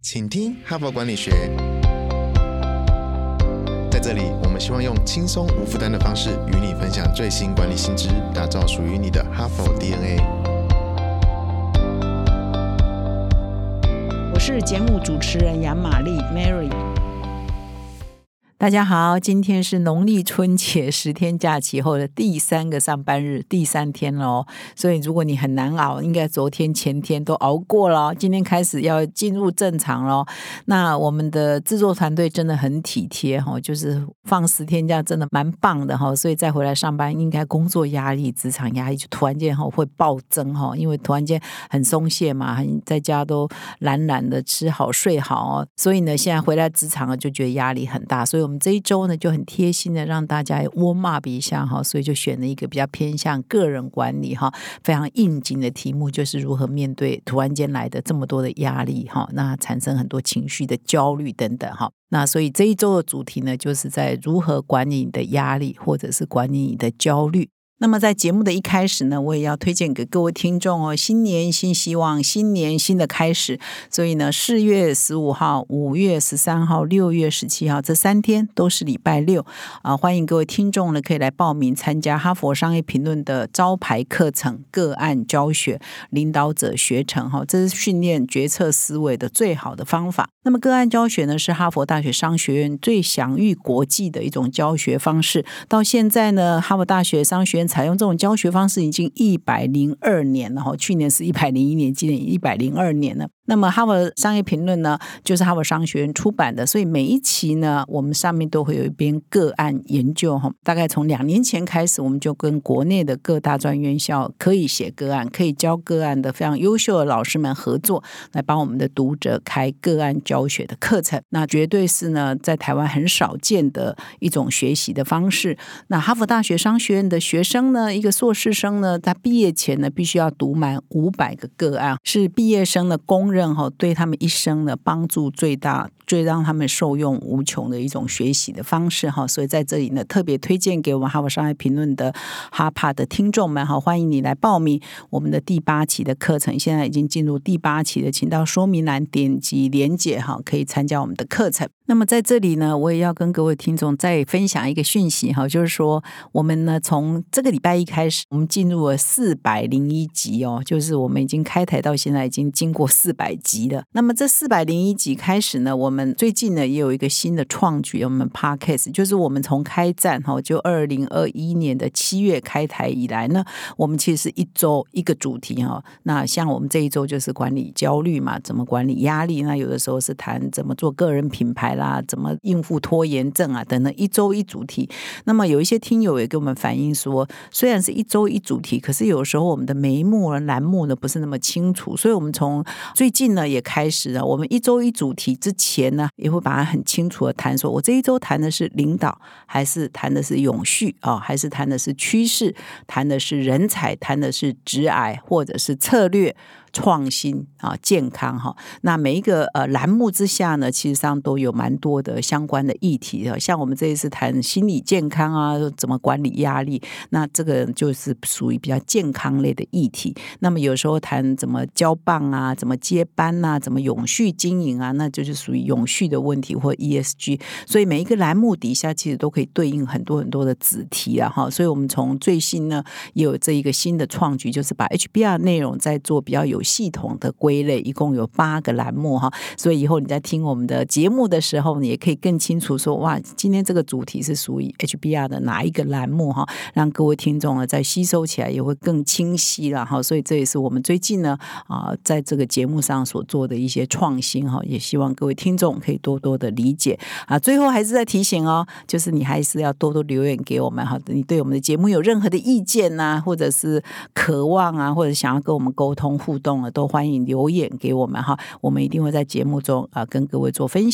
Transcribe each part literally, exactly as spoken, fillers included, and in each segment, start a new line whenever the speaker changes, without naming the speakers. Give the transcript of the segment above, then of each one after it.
请听哈佛管理学。在这里，我们希望用轻松无负担的方式与你分享最新管理新知，打造属于你的哈佛 D N A。
我是节目主持人杨玛丽 Mary。大家好，今天是农历春节十天假期后的第三个上班日，第三天了，所以如果你很难熬，应该昨天前天都熬过了，今天开始要进入正常了。那我们的制作团队真的很体贴，就是放十天假真的蛮棒的，所以再回来上班应该工作压力职场压力就突然间会暴增，因为突然间很松懈嘛，在家都懒懒的吃好睡好，所以呢现在回来职场就觉得压力很大，所以我们这一周呢就很贴心的让大家 warm up 一下，所以就选了一个比较偏向个人管理非常应景的题目，就是如何面对突然间来的这么多的压力，那产生很多情绪的焦虑等等。那所以这一周的主题呢，就是在如何管理你的压力或者是管理你的焦虑。那么在节目的一开始呢，我也要推荐给各位听众哦，新年新希望，新年新的开始。所以呢，四月十五号、五月十三号、六月十七号这三天都是礼拜六啊，欢迎各位听众呢可以来报名参加哈佛商业评论的招牌课程个案教学领导者学程哈，这是训练决策思维的最好的方法。那么个案教学呢，是哈佛大学商学院最享誉国际的一种教学方式。到现在呢，哈佛大学商学院采用这种教学方式已经一百零二年了，去年是一百零一年，今年一百零二年了。那么哈佛商业评论呢，就是哈佛商学院出版的，所以每一期呢，我们上面都会有一篇个案研究，大概从两年前开始，我们就跟国内的各大专院校可以写个案、可以教个案的非常优秀的老师们合作，来帮我们的读者开个案教学的课程。那绝对是呢，在台湾很少见的一种学习的方式。那哈佛大学商学院的学生呢，一个硕士生呢，他毕业前呢，必须要读满五百个个案，是毕业生的公认对他们一生的帮助最大，最让他们受用无穷的一种学习的方式。所以在这里呢，特别推荐给我们哈佛商业评论的哈帕的听众们，欢迎你来报名我们的第八期的课程，现在已经进入第八期的，请到说明栏点击连结，可以参加我们的课程。那么在这里呢，我也要跟各位听众再分享一个讯息，就是说我们呢从这个礼拜一开始，我们进入了四百零一集哦，就是我们已经开台到现在已经经过四百集了。那么这四百零一集开始呢，我们最近呢也有一个新的创举，我们 Podcast 就是我们从开战就二零二一年的七月开台以来呢，我们其实是一周一个主题。那像我们这一周就是管理焦虑嘛，怎么管理压力，那有的时候是谈怎么做个人品牌啦，怎么应付拖延症啊等等，一周一主题。那么有一些听友也给我们反映说，虽然是一周一主题，可是有时候我们的眉目栏目呢不是那么清楚，所以我们从最近呢也开始了，我们一周一主题之前呢，也会把它很清楚的谈，说我这一周谈的是领导，还是谈的是永续啊，还是谈的是趋势，谈的是人才，谈的是职涯，或者是策略创新啊，健康哈，那每一个呃栏目之下呢，其实上都有蛮多的相关的议题的。像我们这一次谈心理健康啊，怎么管理压力，那这个就是属于比较健康类的议题。那么有时候谈怎么交棒啊，怎么接班啊，怎么永续经营啊，那就是属于永续的问题或 E S G。所以每一个栏目底下其实都可以对应很多很多的子题啊哈。所以我们从最新呢也有这一个新的创举，就是把 H B R 内容再做比较有系统的归类，一共有八个栏目哈，所以以后你在听我们的节目的时候，你也可以更清楚说，哇，今天这个主题是属于 H B R 的哪一个栏目哈，让各位听众呢在吸收起来也会更清晰了哈。所以这也是我们最近呢啊在这个节目上所做的一些创新哈，也希望各位听众可以多多的理解啊。最后还是在提醒哦，就是你还是要多多留言给我们哈，你对我们的节目有任何的意见啊，或者是渴望啊，或者想要跟我们沟通互动，都欢迎留言给我们哈，我们一定会在节目中啊跟各位做分享。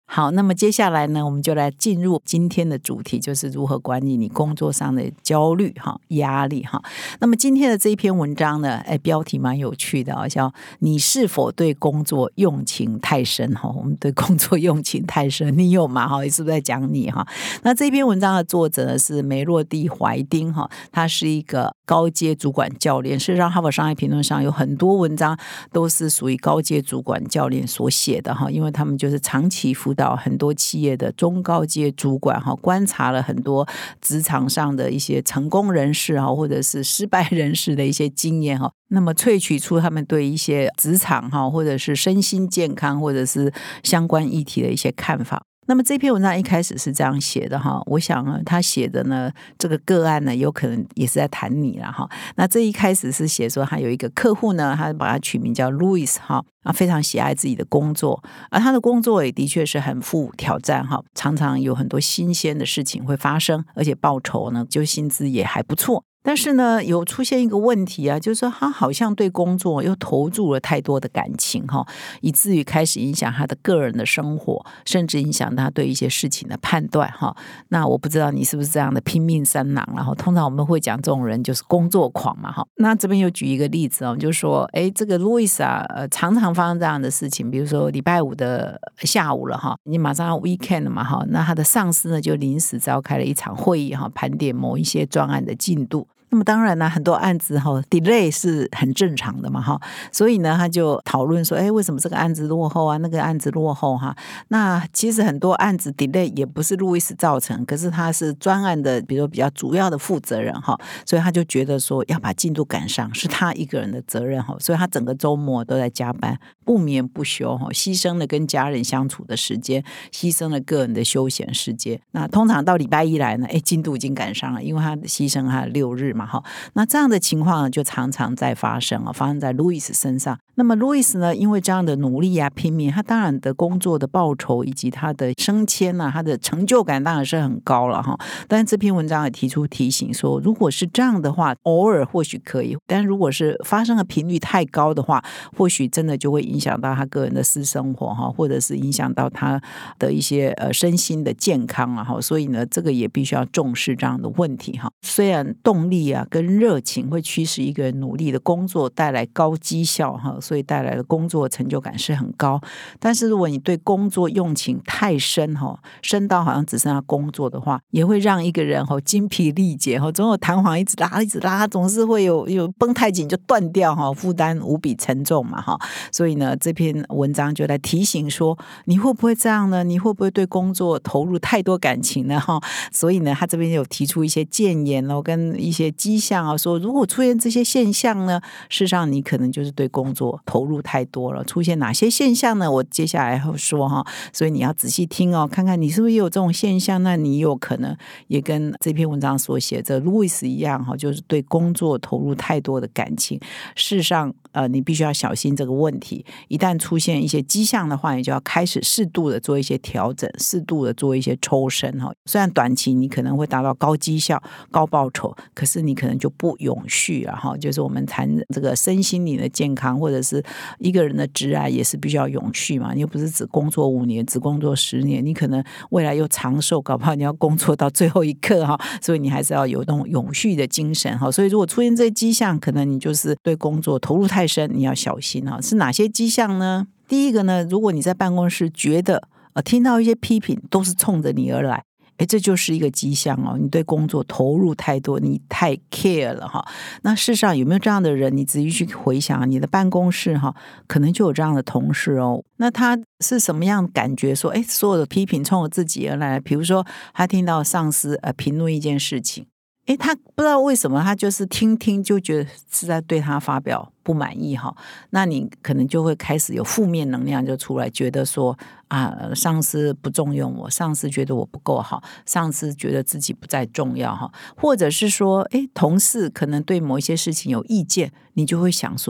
好，那么接下来呢，我们就来进入今天的主题，就是如何管理你工作上的焦虑哈、压力哈。那么今天的这一篇文章呢，哎，标题蛮有趣的，好像你是否对工作用情太深哈？我们对工作用情太深，你有吗？哈，是不是在讲你哈？那这篇文章的作者呢是梅洛蒂·怀丁哈，他是一个高阶主管教练。事实上，哈佛商业评论上有很多文章都是属于高阶主管教练所写的哈，因为他们就是长期辅导到很多企业的中高阶主管哈，观察了很多职场上的一些成功人士哈，或者是失败人士的一些经验哈，那么萃取出他们对一些职场哈，或者是身心健康，或者是相关议题的一些看法。那么这篇文章一开始是这样写的哈，我想呢，他写的呢这个个案呢，有可能也是在谈你了哈。那这一开始是写说他有一个客户呢，他把他取名叫 Louis 哈，啊非常喜爱自己的工作，而他的工作也的确是很富挑战哈，常常有很多新鲜的事情会发生，而且报酬呢就薪资也还不错。但是呢，有出现一个问题啊，就是说他好像对工作又投入了太多的感情哈，以至于开始影响他的个人的生活，甚至影响他对一些事情的判断哈。那我不知道你是不是这样的拼命三郎，然后通常我们会讲这种人就是工作狂嘛哈。那这边又举一个例子哦，就是说，哎，这个 Louis 啊，呃，常常发生这样的事情，比如说礼拜五的下午了哈，你马上要 weekend 了嘛哈，那他的上司呢就临时召开了一场会议哈，盘点某一些专案的进度。那么当然呢，很多案子哈 delay 是很正常的嘛哈，所以呢他就讨论说，哎，为什么这个案子落后啊，那个案子落后哈？那其实很多案子 delay 也不是路易斯造成，可是他是专案的，比如说比较主要的负责人哈，所以他就觉得说要把进度赶上是他一个人的责任哈，所以他整个周末都在加班，不眠不休哈，牺牲了跟家人相处的时间，牺牲了个人的休闲时间。那通常到礼拜一来呢，哎，进度已经赶上了，因为他牺牲他的六日嘛。那这样的情况呢就常常在发生发生在路易斯身上。那么路易斯呢，因为这样的努力啊拼命，他当然的工作的报酬以及他的升迁啊，他的成就感当然是很高了哈。但是这篇文章也提出提醒说，如果是这样的话，偶尔或许可以，但如果是发生的频率太高的话，或许真的就会影响到他个人的私生活哈，或者是影响到他的一些呃身心的健康啊哈。所以呢，这个也必须要重视这样的问题哈。虽然动力啊跟热情会驱使一个人努力的工作，带来高绩效哈，所以带来的工作成就感是很高。但是如果你对工作用情太深哈，深到好像只剩下工作的话，也会让一个人哈精疲力竭哈，总有弹簧一直拉一直拉，总是会有有绷太紧就断掉哈，负担无比沉重嘛哈。所以呢，这篇文章就来提醒说，你会不会这样呢？你会不会对工作投入太多感情呢哈？所以呢，他这边有提出一些建言哦，跟一些迹象啊，说如果出现这些现象呢，事实上你可能就是对工作投入太多了。出现哪些现象呢？我接下来会说哈，所以你要仔细听哦，看看你是不是也有这种现象。那你有可能也跟这篇文章所写的路易斯一样哈，就是对工作投入太多的感情。事实上，呃，你必须要小心这个问题。一旦出现一些迹象的话，你就要开始适度的做一些调整，适度的做一些抽身哈。虽然短期你可能会达到高绩效、高报酬，可是你可能就不永续了哈。就是我们谈这个身心灵的健康，或者是一个人的职涯也是必须要永续嘛。你又不是只工作五年，只工作十年，你可能未来又长寿，搞不好你要工作到最后一刻哈。所以你还是要有那种永续的精神哈。所以如果出现这些迹象，可能你就是对工作投入太深，你要小心哈。是哪些迹象呢？第一个呢，如果你在办公室觉得呃听到一些批评都是冲着你而来，哎，这就是一个迹象哦，你对工作投入太多，你太 care 了哈。那事实上有没有这样的人？你仔细去回想，你的办公室哈，可能就有这样的同事哦。那他是什么样的感觉？说，哎，所有的批评冲着自己而来。比如说，他听到上司呃评论一件事情，诶，他不知道为什么，他就是听听就觉得是在对他发表不满意哈。那你可能就会开始有负面能量就出来，觉得说啊，上司不重用我，上司觉得我不够好，上司觉得自己不再重要哈。或者是说，诶，同事可能对某一些事情有意见，你就会想说，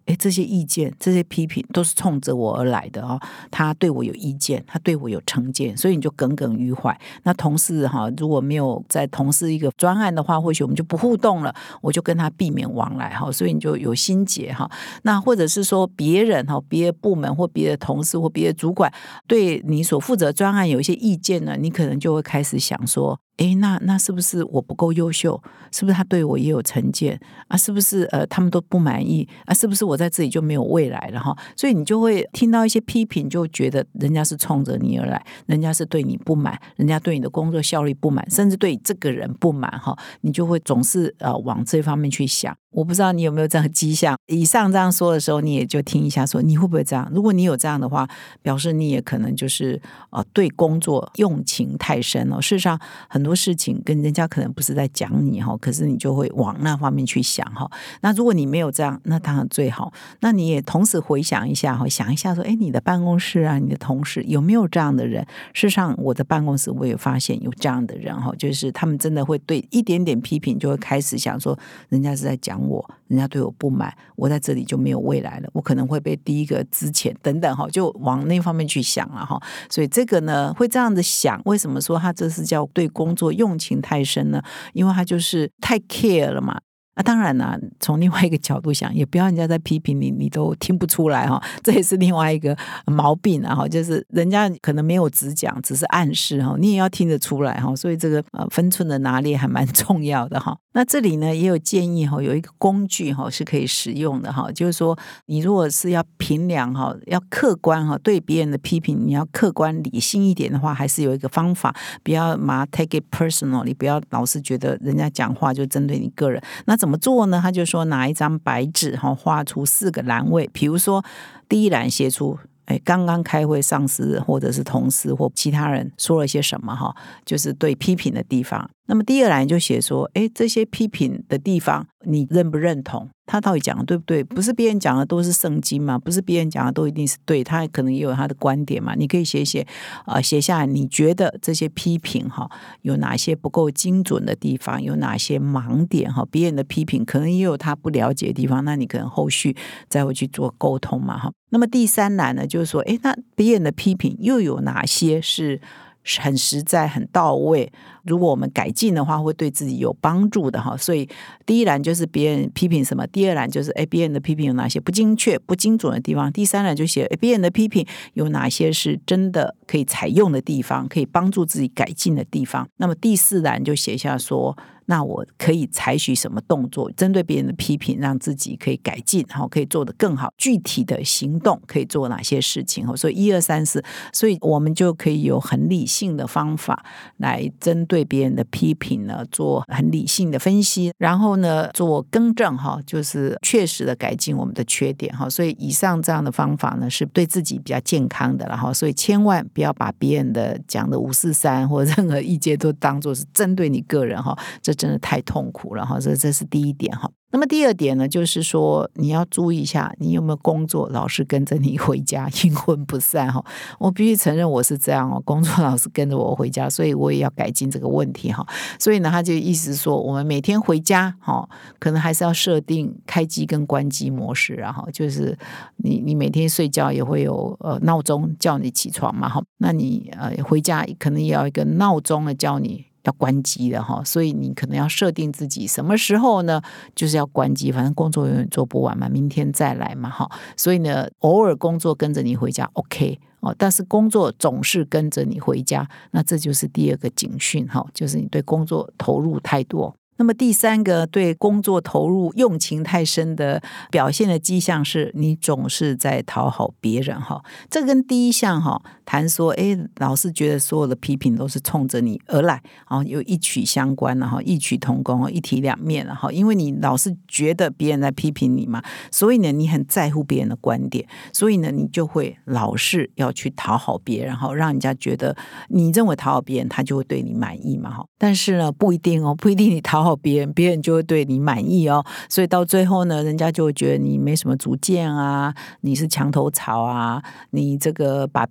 诶，这些意见这些批评都是冲着我而来的哦，他对我有意见，他对我有成见，所以你就耿耿于怀。那同事哈，如果没有在同事一个专案的话，或许我们就不互动了，我就跟他避免往来哈，所以你就有心结哈。那或者是说别人哈，别的部门或别的同事或别的主管对你所负责专案有一些意见呢，你可能就会开始想说，诶，那那是不是我不够优秀？是不是他对我也有成见啊？是不是呃他们都不满意啊？是不是我在这里就没有未来了哈？所以你就会听到一些批评，就觉得人家是冲着你而来，人家是对你不满，人家对你的工作效率不满，甚至对你这个人不满哈，你就会总是呃往这方面去想。我不知道你有没有这样的迹象。以上这样说的时候，你也就听一下说你会不会这样。如果你有这样的话，表示你也可能就是呃对工作用情太深哦。事实上很多事情跟人家可能不是在讲你哈，可是你就会往那方面去想哈。那如果你没有这样，那当然最好。那你也同时回想一下哈，想一下说，哎，你的办公室啊，你的同事有没有这样的人？事实上，我的办公室我也发现有这样的人哈，就是他们真的会对一点点批评就会开始想说，人家是在讲我，人家对我不满，我在这里就没有未来了，我可能会被第一个资遣等等哈，就往那方面去想了哈。所以这个呢，会这样的想，为什么说他这是叫对工作用情太深呢？因为他就是太 care 了嘛。那、啊、当然啦，从另外一个角度想，也不要人家在批评你，你都听不出来哈，这也是另外一个毛病啊哈，就是人家可能没有直讲，只是暗示哈，你也要听得出来哈，所以这个呃分寸的拿捏还蛮重要的哈。那这里呢也有建议哈，有一个工具哈是可以使用的哈，就是说你如果是要评量哈，要客观哈，对别人的批评你要客观理性一点的话，还是有一个方法，不要把它 take it personal， 你不要老是觉得人家讲话就针对你个人。那怎么做呢？他就说拿一张白纸画出四个栏位，比如说第一栏写出哎，刚刚开会上司或者是同事或其他人说了些什么哈，就是对批评的地方。那么第二栏就写说，哎，这些批评的地方你认不认同？他到底讲的对不对？不是别人讲的都是圣经嘛？不是别人讲的都一定是对，他可能也有他的观点嘛。你可以写写，呃，写下来你觉得这些批评哈有哪些不够精准的地方，有哪些盲点哈？别人的批评可能也有他不了解的地方，那你可能后续再会去做沟通嘛哈。那么第三栏呢，就是说，哎，那别人的批评又有哪些是很实在很到位，如果我们改进的话会对自己有帮助的哈。所以第一栏就是别人批评什么，第二栏就是哎别人的批评有哪些不精确不精准的地方，第三栏就写哎别人的批评有哪些是真的可以采用的地方，可以帮助自己改进的地方。那么第四栏就写下说，那我可以采取什么动作，针对别人的批评让自己可以改进，可以做得更好，具体的行动可以做哪些事情。所以一二三四，所以我们就可以有很理性的方法来针对别人的批评呢做很理性的分析，然后呢做更正，就是确实的改进我们的缺点。所以以上这样的方法呢是对自己比较健康的，所以千万不要把别人的讲的五四三或任何意见都当作是针对你个人，这真的太痛苦了哈，这这是第一点哈。那么第二点呢，就是说你要注意一下，你有没有工作老是跟着你回家，阴魂不散哈。我必须承认我是这样哦，工作老是跟着我回家，所以我也要改进这个问题哈。所以呢，他就意思说，我们每天回家哈，可能还是要设定开机跟关机模式，然后就是你你每天睡觉也会有呃闹钟叫你起床嘛哈，那你呃回家可能也要一个闹钟的叫你要关机的哈，所以你可能要设定自己什么时候呢，就是要关机，反正工作永远做不完嘛，明天再来嘛哈。所以呢，偶尔工作跟着你回家 OK 哦，但是工作总是跟着你回家，那这就是第二个警讯哈，就是你对工作投入太多。那么第三个对工作投入用情太深的表现的迹象是你总是在讨好别人哈。这跟第一项哈谈说，哎，老是觉得所有的批评都是冲着你而来，然后有异曲相关，然后异曲同工，一体两面，然后因为你老是觉得别人在批评你嘛，所以呢你很在乎别人的观点，所以呢你就会老是要去讨好别人，然后让人家觉得你认为讨好别人他就会对你满意嘛。但是呢不一定哦，不一定你讨好别人别人就会对你满意哦，所以到最后呢人家就会觉得你没什么主见啊，你是墙头草啊，你这个把别人的需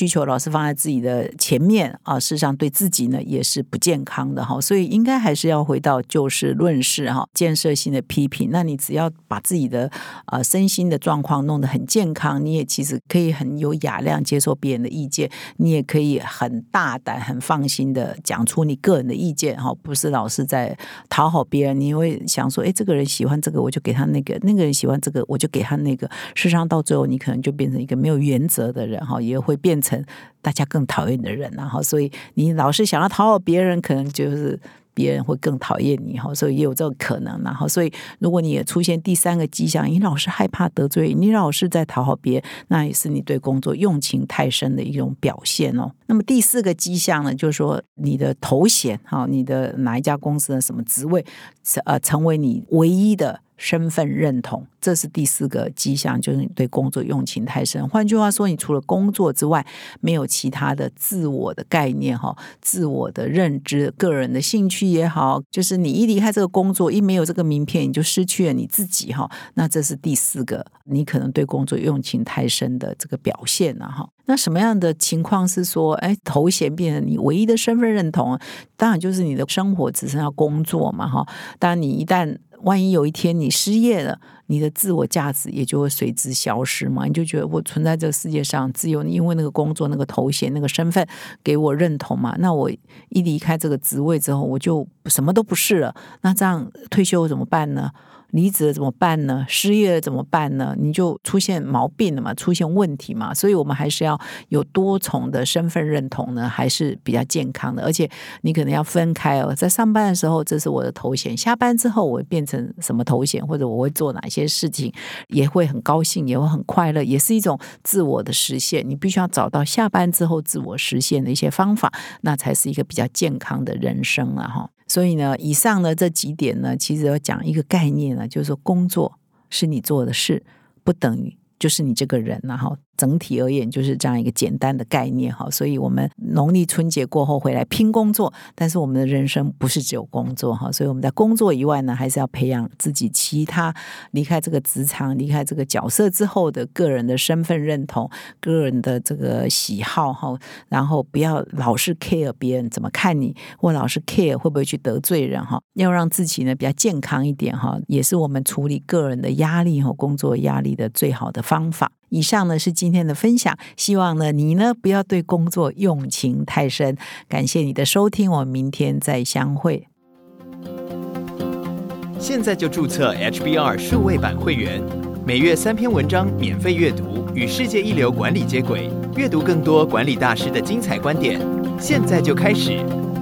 需求老是放在自己的前面啊，事实上对自己呢也是不健康的哈。所以应该还是要回到就事论事哈，建设性的批评。那你只要把自己的呃身心的状况弄得很健康，你也其实可以很有雅量接受别人的意见，你也可以很大胆很放心的讲出你个人的意见哈，不是老是在讨好别人。你会想说，哎，这个人喜欢这个我就给他那个，那个人喜欢这个我就给他那个，事实上到最后你可能就变成一个没有原则的人哈，也会变成大家更讨厌的人，然后所以你老是想要讨好别人，可能就是别人会更讨厌你，所以也有这个可能。然后所以如果你也出现第三个迹象，你老是害怕得罪，你老是在讨好别人，那也是你对工作用情太深的一种表现哦。那么第四个迹象呢，就是说你的头衔，你的哪一家公司的什么职位，呃，成为你唯一的身份认同，这是第四个迹象，就是你对工作用情太深。换句话说，你除了工作之外，没有其他的自我的概念，自我的认知，个人的兴趣也好，就是你一离开这个工作，一没有这个名片，你就失去了你自己，那这是第四个你可能对工作用情太深的这个表现啊。那什么样的情况是说，哎，头衔变成你唯一的身份认同？当然就是你的生活只剩下工作嘛，哈。当然你一旦万一有一天你失业了，你的自我价值也就会随之消失嘛。你就觉得我存在这个世界上只有因为那个工作、那个头衔、那个身份给我认同嘛。那我一离开这个职位之后，我就什么都不是了。那这样退休怎么办呢？离职了怎么办呢？失业了怎么办呢？你就出现毛病了嘛，出现问题嘛。所以我们还是要有多重的身份认同呢，还是比较健康的。而且你可能要分开哦，在上班的时候这是我的头衔，下班之后我会变成什么头衔，或者我会做哪些事情，也会很高兴，也会很快乐，也是一种自我的实现。你必须要找到下班之后自我实现的一些方法，那才是一个比较健康的人生啊哈。所以呢，以上呢这几点呢，其实要讲一个概念呢，就是说工作是你做的事，不等于就是你这个人，然后整体而言就是这样一个简单的概念。所以我们农历春节过后回来拼工作，但是我们的人生不是只有工作，所以我们在工作以外呢，还是要培养自己其他离开这个职场、离开这个角色之后的个人的身份认同、个人的这个喜好，然后不要老是 care 别人怎么看你，或老是 care 会不会去得罪人，要让自己呢比较健康一点，也是我们处理个人的压力、工作压力的最好的方法。以上呢是今天的分享，希望呢你呢不要对工作用情太深。感谢你的收听，我们明天再相会。
现在就注册 H B R 数位版会员，每月三篇文章免费阅读，与世界一流管理接轨，阅读更多管理大师的精彩观点。现在就开始。